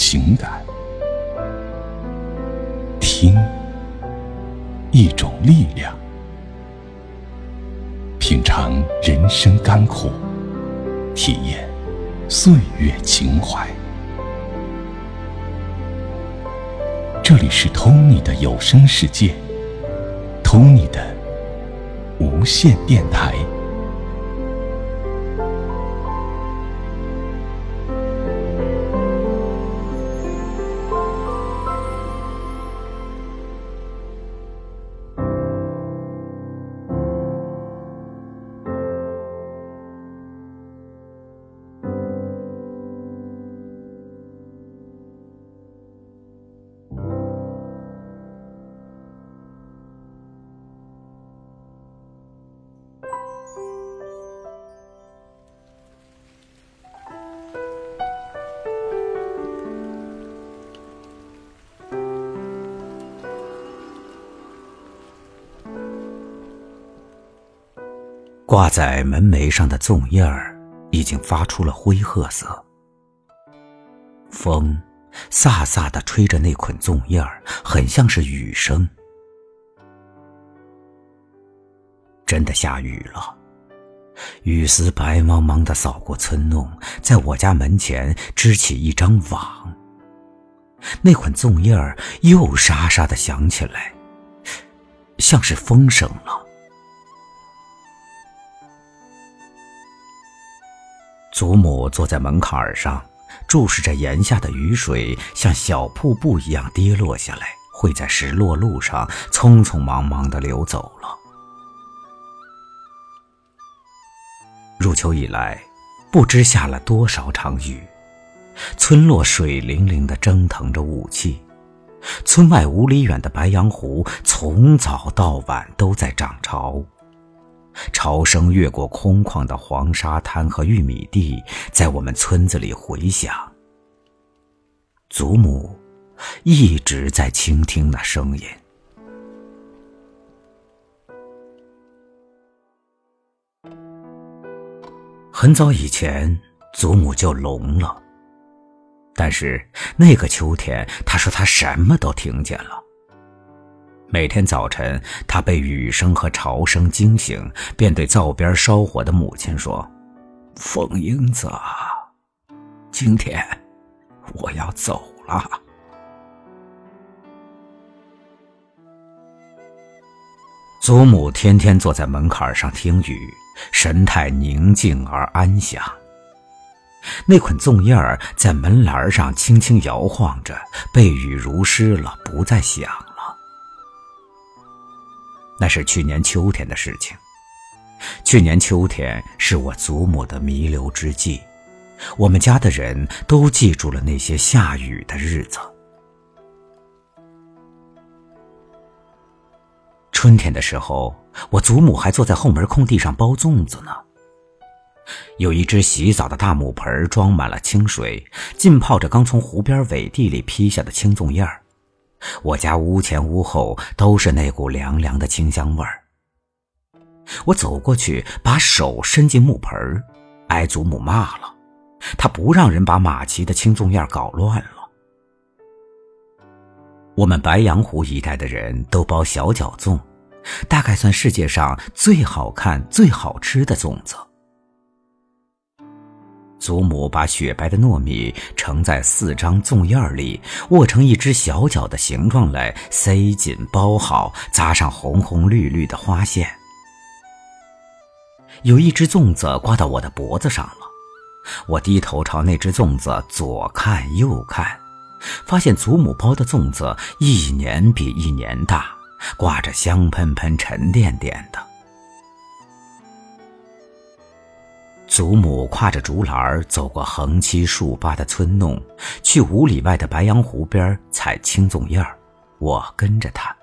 情感，听，一种力量，品尝人生甘苦，体验岁月情怀。这里是 Tony 的有声世界， Tony 的无线电台。 挂在门楣上的粽叶儿已经发出了灰褐色，风飒飒地吹着那捆粽叶儿，很像是雨声。真的下雨了，雨丝白茫茫地扫过村弄，在我家门前织起一张网。那捆粽叶儿又沙沙地响起来，像是风声了。祖母坐在门槛上，注视着檐下的雨水像小瀑布一样跌落下来，会在石落路上匆匆忙忙地流走了。入秋以来，不知下了多少场雨，村落水灵灵地蒸腾着雾气，村外5里远的白杨湖从早到晚都在涨潮。潮声越过空旷的黄沙滩和玉米地，在我们村子里回响。祖母一直在倾听那声音。很早以前，祖母就聋了，但是那个秋天，她说她什么都听见了。每天早晨，他被雨声和潮声惊醒，便对灶边烧火的母亲说：“凤英子啊，今天我要走了。”祖母天天坐在门槛上听雨，神态宁静而安详。那捆粽叶儿在门栏上轻轻摇晃着，被雨濡湿了，不再响。那是去年秋天的事情。去年秋天是我祖母的弥留之际，我们家的人都记住了那些下雨的日子。春天的时候，我祖母还坐在后门空地上包粽子呢。有一只洗澡的大木盆，装满了清水，浸泡着刚从湖边苇地里劈下的青粽叶儿。我家屋前屋后都是那股凉凉的清香味儿。我走过去，把手伸进木盆，挨祖母骂了，她不让人把马旗的青粽叶搞乱了。我们白杨湖一带的人都包小脚粽，大概算世界上最好看最好吃的粽子。祖母把雪白的糯米盛在4张粽叶里，握成一只小脚的形状来，塞紧包好，扎上红红绿绿的花线。有一只粽子挂到我的脖子上了，我低头朝那只粽子左看右看，发现祖母包的粽子一年比一年大，挂着香喷喷沉甸甸的。祖母挎着竹篮走过横七竖八的村弄，去5里外的白杨湖边采青粽叶儿，我跟着她。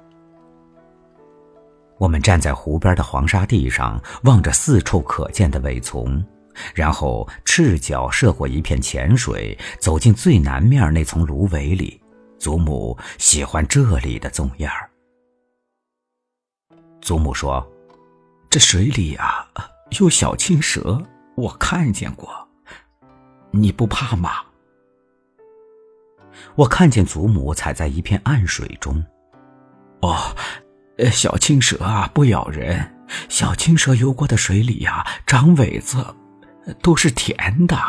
我们站在湖边的黄沙地上，望着四处可见的苇丛，然后赤脚涉过一片浅水，走进最南面那丛芦苇里。祖母喜欢这里的粽叶儿。祖母说：“这水里啊，有小青蛇，我看见过，你不怕吗？” 我看见祖母踩在一片暗水中。哦，小青蛇啊，不咬人。小青蛇游过的水里啊，长尾子，都是甜的。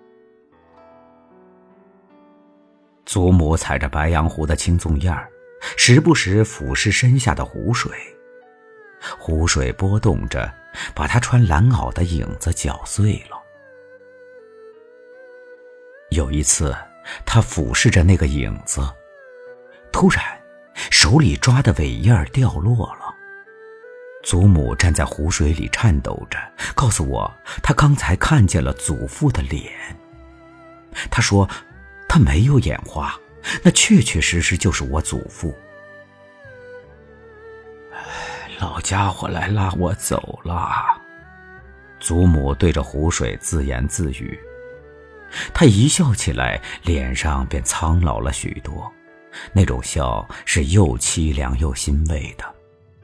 祖母踩着白洋湖的青纵叶儿，时不时俯视身下的湖水，湖水波动着，把她穿蓝袄的影子搅碎了。有一次，她俯视着那个影子，突然手里抓的尾叶掉落了。祖母站在湖水里颤抖着，告诉我她刚才看见了祖父的脸。她说他没有眼花，那确确实实就是我祖父。老家伙来拉我走了，祖母对着湖水自言自语。她一笑起来，脸上便苍老了许多，那种笑是又凄凉又欣慰的。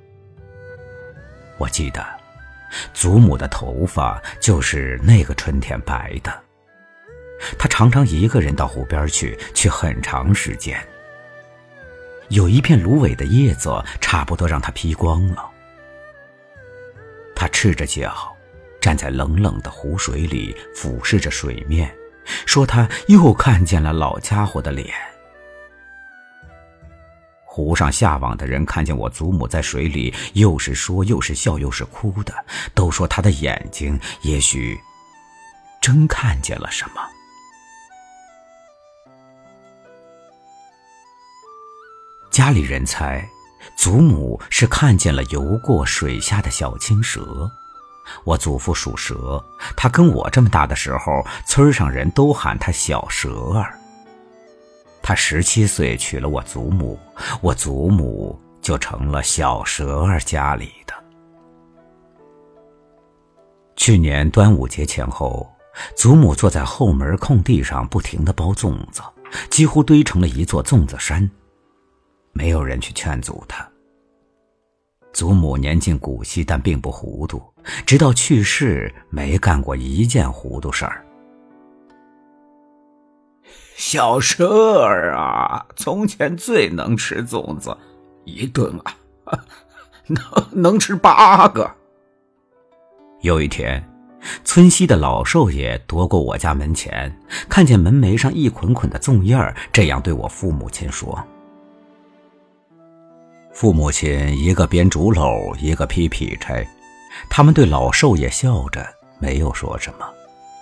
我记得祖母的头发就是那个春天白的，她常常一个人到湖边去很长时间。有一片芦苇的叶子差不多让她披光了，她赤着脚站在冷冷的湖水里，俯视着水面，说她又看见了老家伙的脸。湖上下网的人看见我祖母在水里，又是说又是笑又是哭的，都说她的眼睛也许真看见了什么。家里人猜祖母是看见了游过水下的小青蛇。我祖父属蛇，他跟我这么大的时候，村上人都喊他小蛇儿。他17岁娶了我祖母，我祖母就成了小蛇儿家里的。去年端午节前后，祖母坐在后门空地上不停地包粽子，几乎堆成了一座粽子山。没有人去劝阻她。祖母年近古稀，但并不糊涂，直到去世没干过一件糊涂事儿。小蛇儿啊，从前最能吃粽子，一顿啊，能吃8个。有一天，村西的老兽爷踱过我家门前，看见门楣上一捆捆的粽叶儿，这样对我父母亲说。父母亲一个编竹篓，一个劈劈柴，他们对老兽爷笑着，没有说什么。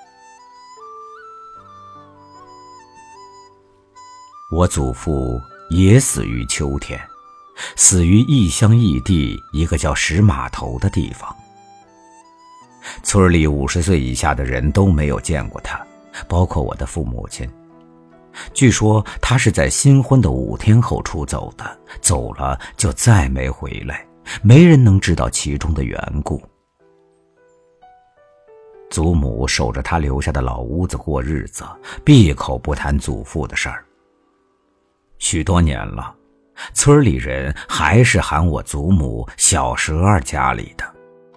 我祖父也死于秋天，死于异乡异地一个叫石码头的地方。村里50岁以下的人都没有见过他，包括我的父母亲。据说他是在新婚的5天后出走的，走了就再没回来，没人能知道其中的缘故。祖母守着他留下的老屋子过日子，闭口不谈祖父的事儿。许多年了，村里人还是喊我祖母小蛇儿家里的。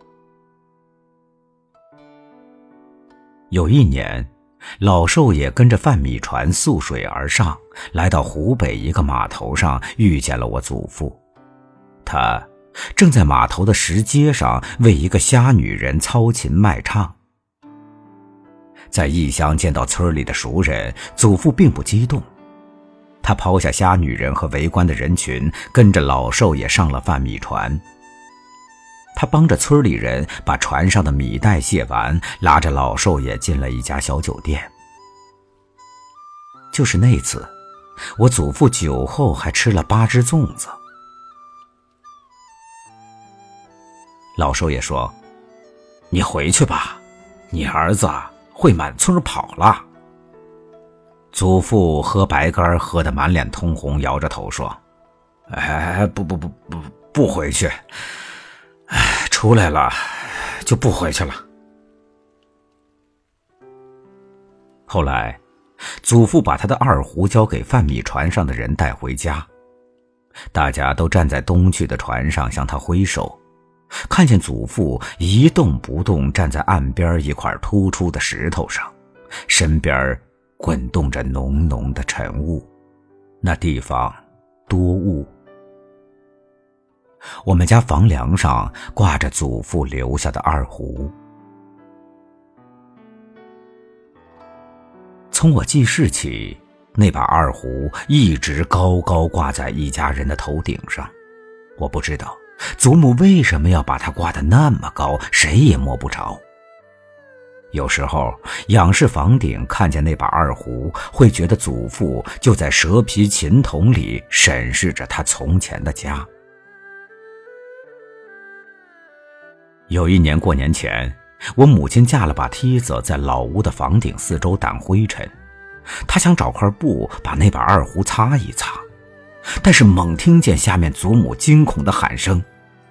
有一年，老兽爷跟着贩米船溯水而上，来到湖北一个码头上，遇见了我祖父。他正在码头的石阶上为一个瞎女人操琴卖唱。在异乡见到村里的熟人，祖父并不激动。他抛下瞎女人和围观的人群，跟着老兽爷上了贩米船。他帮着村里人把船上的米袋卸完，拉着老兽爷进了一家小酒店。就是那次，我祖父酒后还吃了8只粽子。老兽爷说：“你回去吧，你儿子会满村跑了。”祖父喝白干喝得满脸通红，摇着头说：“不回去。出来了就不回去了。”后来祖父把他的2胡交给贩米船上的人带回家，大家都站在东去的船上向他挥手，看见祖父一动不动站在岸边一块突出的石头上，身边滚动着浓浓的晨雾。 那地方多雾。我们家房梁上挂着祖父留下的二胡。从我记事起，那把二胡一直高高挂在一家人的头顶上。我不知道祖母为什么要把它挂得那么高，谁也摸不着。有时候仰视房顶看见那把二胡，会觉得祖父就在蛇皮琴筒里审视着他从前的家。有一年过年前，我母亲架了把梯子在老屋的房顶四周掸灰尘，她想找块布把那把二胡擦一擦，但是猛听见下面祖母惊恐的喊声：“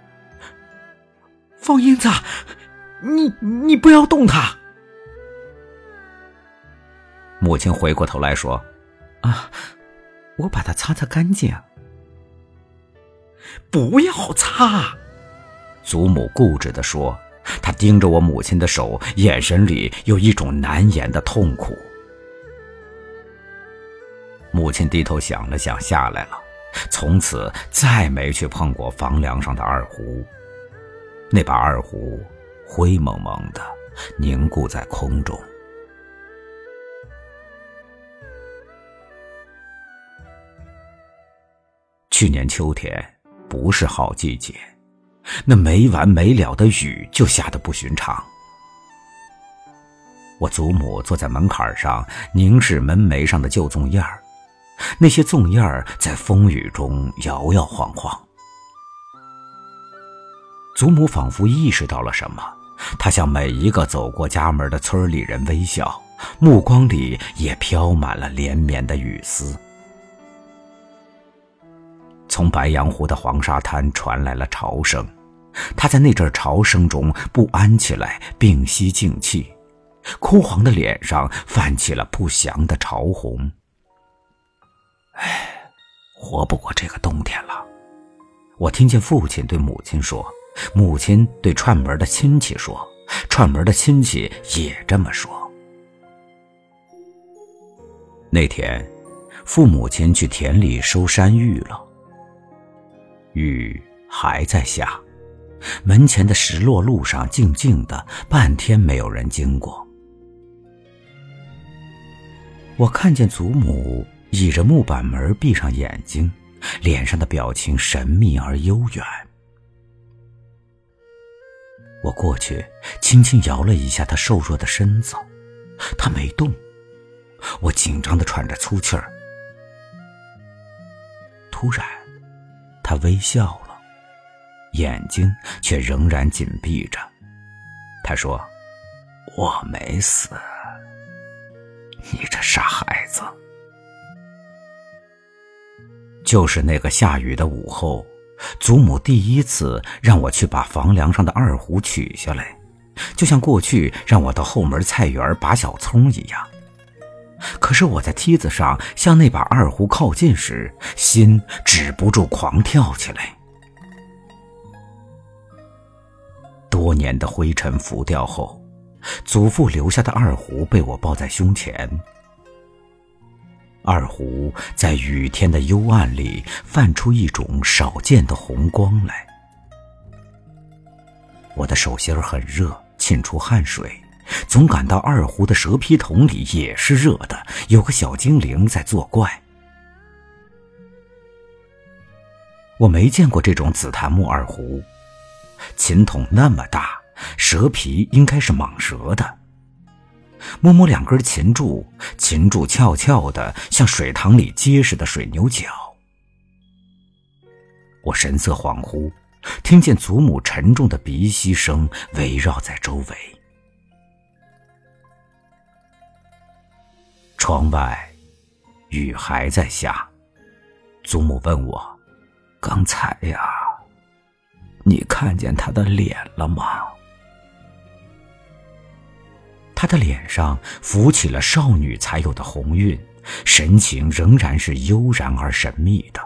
方英子，你不要动它！”母亲回过头来说：“啊，我把它擦干净。”“不要擦！”祖母固执地说，她盯着我母亲的手，眼神里有一种难言的痛苦。母亲低头想了想，下来了，从此再没去碰过房梁上的二胡。那把二胡灰蒙蒙的凝固在空中。去年秋天不是好季节，那没完没了的雨就下得不寻常。我祖母坐在门槛上，凝视门楣上的旧粽叶儿，那些粽叶儿在风雨中摇摇晃晃。祖母仿佛意识到了什么，她向每一个走过家门的村里人微笑，目光里也飘满了连绵的雨丝。从白洋湖的黄沙滩传来了潮声，他在那阵潮声中不安起来，屏息静气，枯黄的脸上泛起了不祥的潮红。活不过这个冬天了。我听见父亲对母亲说，母亲对串门的亲戚说，串门的亲戚也这么说。那天父母亲去田里收山芋了，雨还在下，门前的石落路上静静的，半天没有人经过。我看见祖母倚着木板门闭上眼睛，脸上的表情神秘而悠远。我过去轻轻摇了一下她瘦弱的身子，她没动。我紧张地喘着粗气儿。突然她微笑了，眼睛却仍然紧闭着。她说：“我没死，你这傻孩子。”就是那个下雨的午后，祖母第一次让我去把房梁上的二胡取下来，就像过去让我到后门菜园拔小葱一样。可是我在梯子上向那把二胡靠近时，心止不住狂跳起来。多年的灰尘浮掉后，祖父留下的二胡被我抱在胸前。二胡在雨天的幽暗里泛出一种少见的红光来。我的手心很热，沁出汗水，总感到二胡的蛇皮筒里也是热的，有个小精灵在作怪。我没见过这种紫檀木二胡，琴筒那么大，蛇皮应该是蟒蛇的。摸摸两根琴柱，琴柱翘翘的，像水塘里结实的水牛角。我神色恍惚，听见祖母沉重的鼻息声围绕在周围。窗外雨还在下，祖母问我：“刚才呀，你看见他的脸了吗？”他的脸上浮起了少女才有的红晕，神情仍然是悠然而神秘的。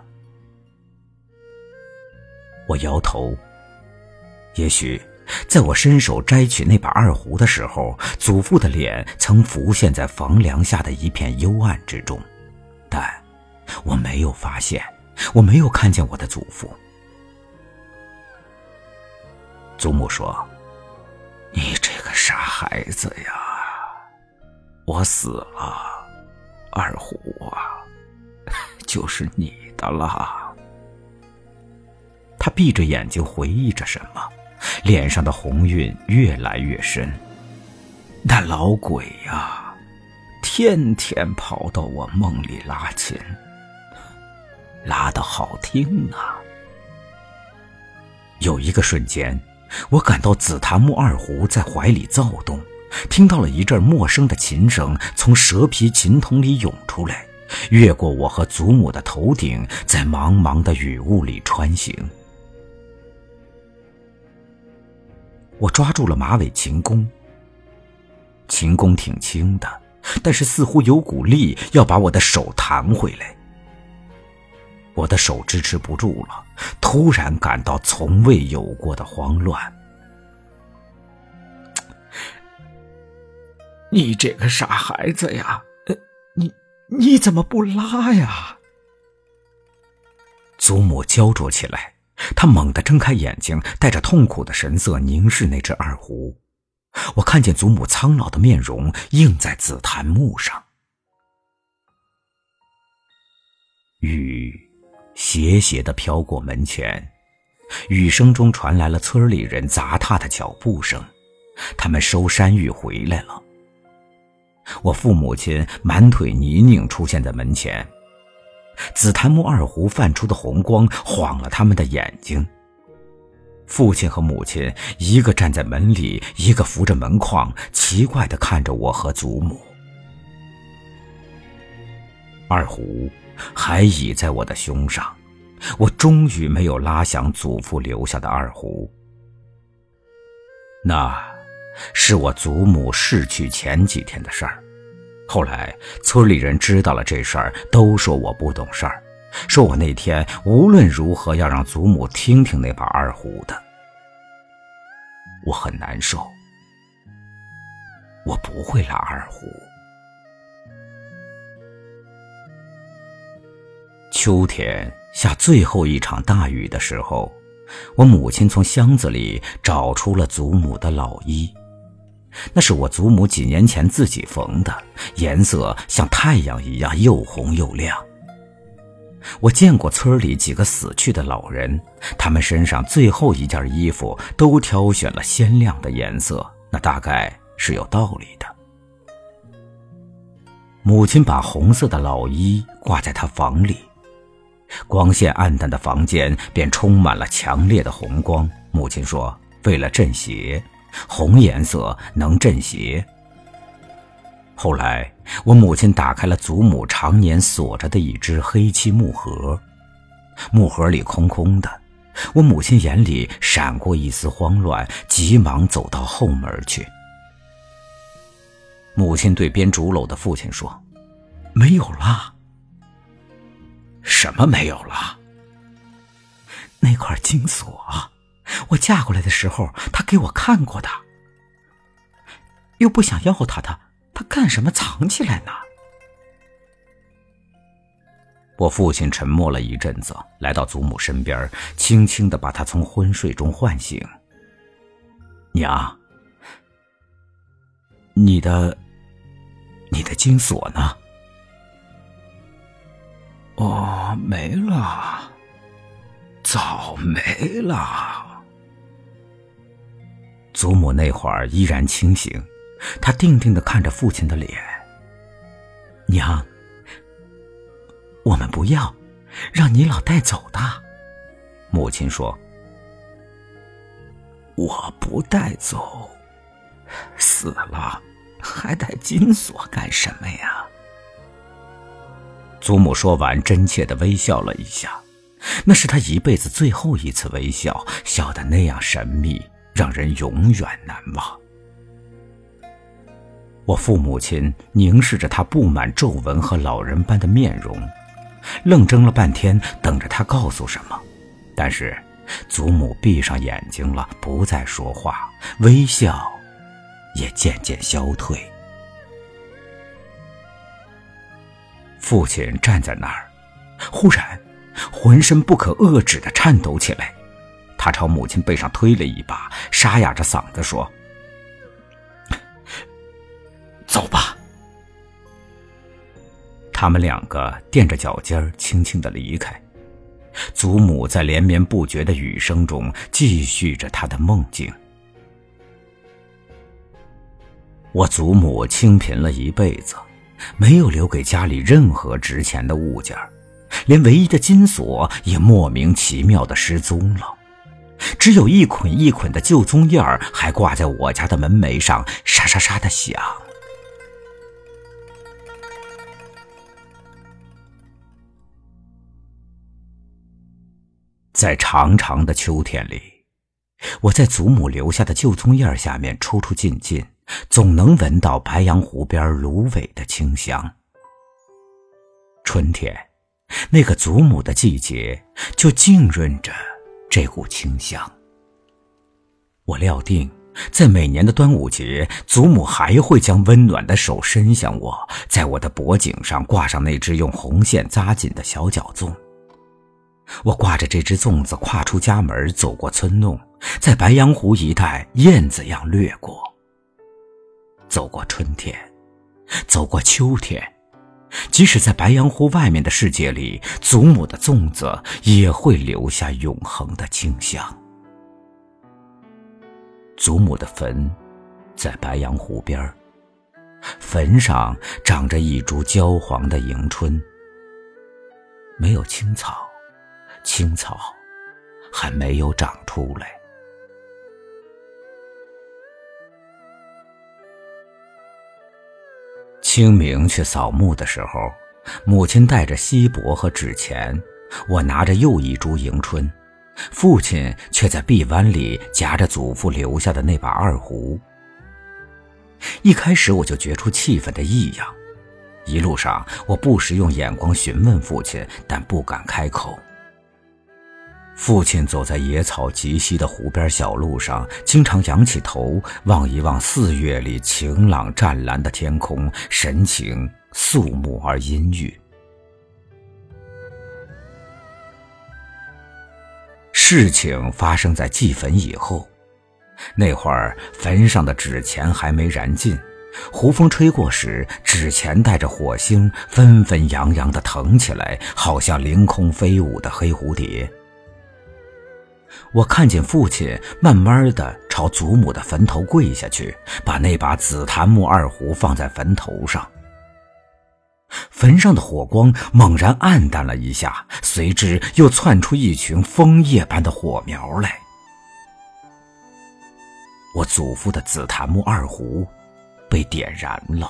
我摇头，也许在我伸手摘取那把二胡的时候，祖父的脸曾浮现在房梁下的一片幽暗之中，但我没有发现，我没有看见我的祖父。祖母说：“你这个傻孩子呀，我死了，二虎啊，就是你的了。”他闭着眼睛回忆着什么，脸上的红晕越来越深。那老鬼呀，天天跑到我梦里拉琴，拉得好听啊。有一个瞬间，我感到紫檀木二胡在怀里躁动，听到了一阵陌生的琴声从蛇皮琴筒里涌出来，越过我和祖母的头顶，在茫茫的雨雾里穿行。我抓住了马尾琴弓，琴弓挺轻的，但是似乎有股力要把我的手弹回来。我的手支持不住了，突然感到从未有过的慌乱。你这个傻孩子呀，你怎么不拉呀？祖母焦灼起来，她猛地睁开眼睛，带着痛苦的神色凝视那只二胡。我看见祖母苍老的面容映在紫檀木上。雨斜斜地飘过门前，雨声中传来了村里人杂踏的脚步声，他们收山芋回来了。我父母亲满腿泥泞出现在门前，紫檀木二胡泛出的红光晃了他们的眼睛。父亲和母亲一个站在门里，一个扶着门框，奇怪地看着我和祖母。二胡还倚在我的胸上，我终于没有拉响祖父留下的二胡。那是我祖母逝去前几天的事儿。后来村里人知道了这事儿，都说我不懂事儿，说我那天无论如何要让祖母听听那把二胡的。我很难受，我不会拉二胡。秋天下最后一场大雨的时候，我母亲从箱子里找出了祖母的老衣，那是我祖母几年前自己缝的，颜色像太阳一样又红又亮。我见过村里几个死去的老人，他们身上最后一件衣服都挑选了鲜亮的颜色，那大概是有道理的。母亲把红色的老衣挂在她房里，光线暗淡的房间便充满了强烈的红光。母亲说，为了镇邪，红颜色能镇邪。后来我母亲打开了祖母常年锁着的一只黑漆木盒，木盒里空空的，我母亲眼里闪过一丝慌乱，急忙走到后门去。母亲对编竹篓的父亲说，没有了。什么没有了？那块金锁，我嫁过来的时候他给我看过的，又不想要他干什么藏起来呢？我父亲沉默了一阵子，来到祖母身边，轻轻地把她从昏睡中唤醒。娘，你的金锁呢？哦，没了，早没了。祖母那会儿依然清醒，她定定地看着父亲的脸。娘，我们不要，让你老带走的。母亲说，我不带走，死了还带金锁干什么呀？祖母说完，真切地微笑了一下，那是她一辈子最后一次微笑，笑得那样神秘，让人永远难忘。我父母亲凝视着她布满皱纹和老人般的面容，愣怔了半天，等着她告诉什么。但是祖母闭上眼睛了，不再说话，微笑也渐渐消退。父亲站在那儿， 忽然浑身不可遏制地颤抖起来，他朝母亲背上推了一把，沙哑着嗓子说：“走吧。”他们两个垫着脚尖轻轻地离开，祖母在连绵不绝的雨声中继续着她的梦境。我祖母清贫了一辈子，没有留给家里任何值钱的物件，连唯一的金锁也莫名其妙地失踪了，只有一捆一捆的旧棕叶还挂在我家的门楣上，沙沙沙地响。在长长的秋天里，我在祖母留下的旧棕叶下面出出进进，总能闻到白杨湖边芦苇的清香。春天，那个祖母的季节，就浸润着这股清香。我料定，在每年的端午节，祖母还会将温暖的手伸向我，在我的脖颈上挂上那只用红线扎紧的小脚粽。我挂着这只粽子跨出家门，走过村弄，在白杨湖一带燕子样掠过，走过春天，走过秋天，即使在白杨湖外面的世界里，祖母的粽子也会留下永恒的清香。祖母的坟在白杨湖边，坟上长着一株焦黄的迎春，没有青草，青草还没有长出来。清明去扫墓的时候，母亲带着锡箔和纸钱，我拿着又一株迎春，父亲却在臂弯里夹着祖父留下的那把二胡。一开始我就觉出气氛的异样，一路上我不时用眼光询问父亲，但不敢开口。父亲走在野草极稀的湖边小路上，经常仰起头望一望4月里晴朗湛蓝的天空，神情肃穆而阴郁。事情发生在祭坟以后，那会儿坟上的纸钱还没燃尽，湖风吹过时，纸钱带着火星纷纷扬扬地腾起来，好像凌空飞舞的黑蝴蝶。我看见父亲慢慢地朝祖母的坟头跪下去，把那把紫檀木二胡放在坟头上。坟上的火光猛然暗淡了一下，随之又窜出一群枫叶般的火苗来。我祖父的紫檀木二胡被点燃了。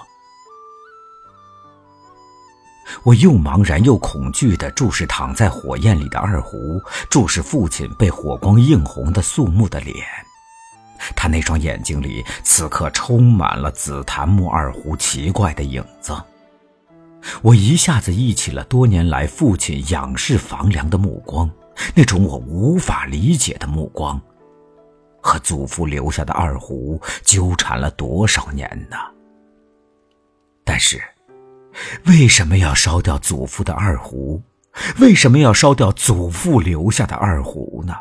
我又茫然又恐惧地注视躺在火焰里的二胡，注视父亲被火光映红的肃穆的脸。他那双眼睛里此刻充满了紫檀木二胡奇怪的影子。我一下子忆起了多年来父亲仰视房梁的目光，那种我无法理解的目光，和祖父留下的二胡纠缠了多少年呢？但是为什么要烧掉祖父的二胡？为什么要烧掉祖父留下的二胡呢？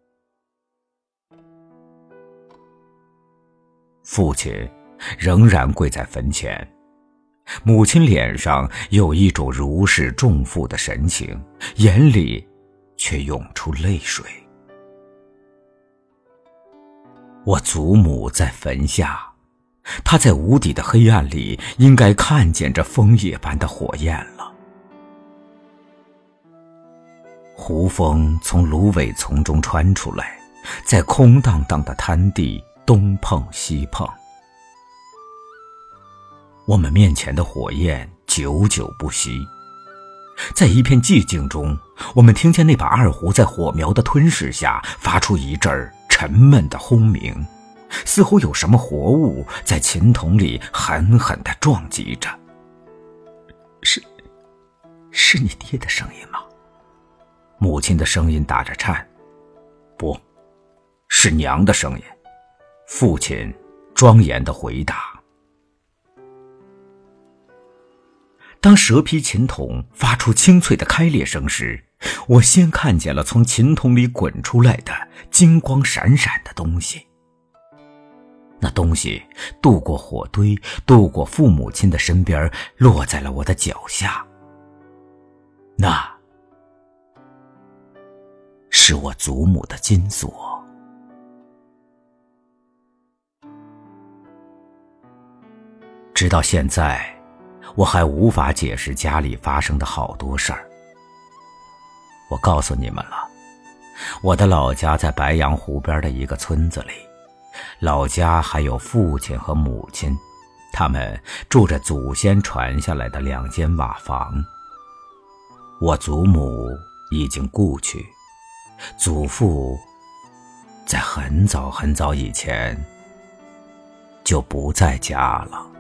父亲仍然跪在坟前，母亲脸上有一种如释重负的神情，眼里却涌出泪水。我祖母在坟下，他在无底的黑暗里应该看见这枫叶般的火焰了。湖风从芦苇丛中穿出来，在空荡荡的滩地东碰西碰。我们面前的火焰久久不熄，在一片寂静中，我们听见那把二胡在火苗的吞噬下发出一阵沉闷的轰鸣，似乎有什么活物在琴筒里狠狠地撞击着。是你爹的声音吗？母亲的声音打着颤。不，是娘的声音。父亲庄严地回答。 当蛇皮琴筒发出清脆的开裂声时，我先看见了从琴筒里滚出来的金光闪闪的东西。那东西渡过火堆，渡过父母亲的身边，落在了我的脚下。那是我祖母的金锁。直到现在，我还无法解释家里发生的好多事儿。我告诉你们了，我的老家在白洋湖边的一个村子里，老家还有父亲和母亲，他们住着祖先传下来的2间瓦房。我祖母已经故去，祖父在很早很早以前就不在家了。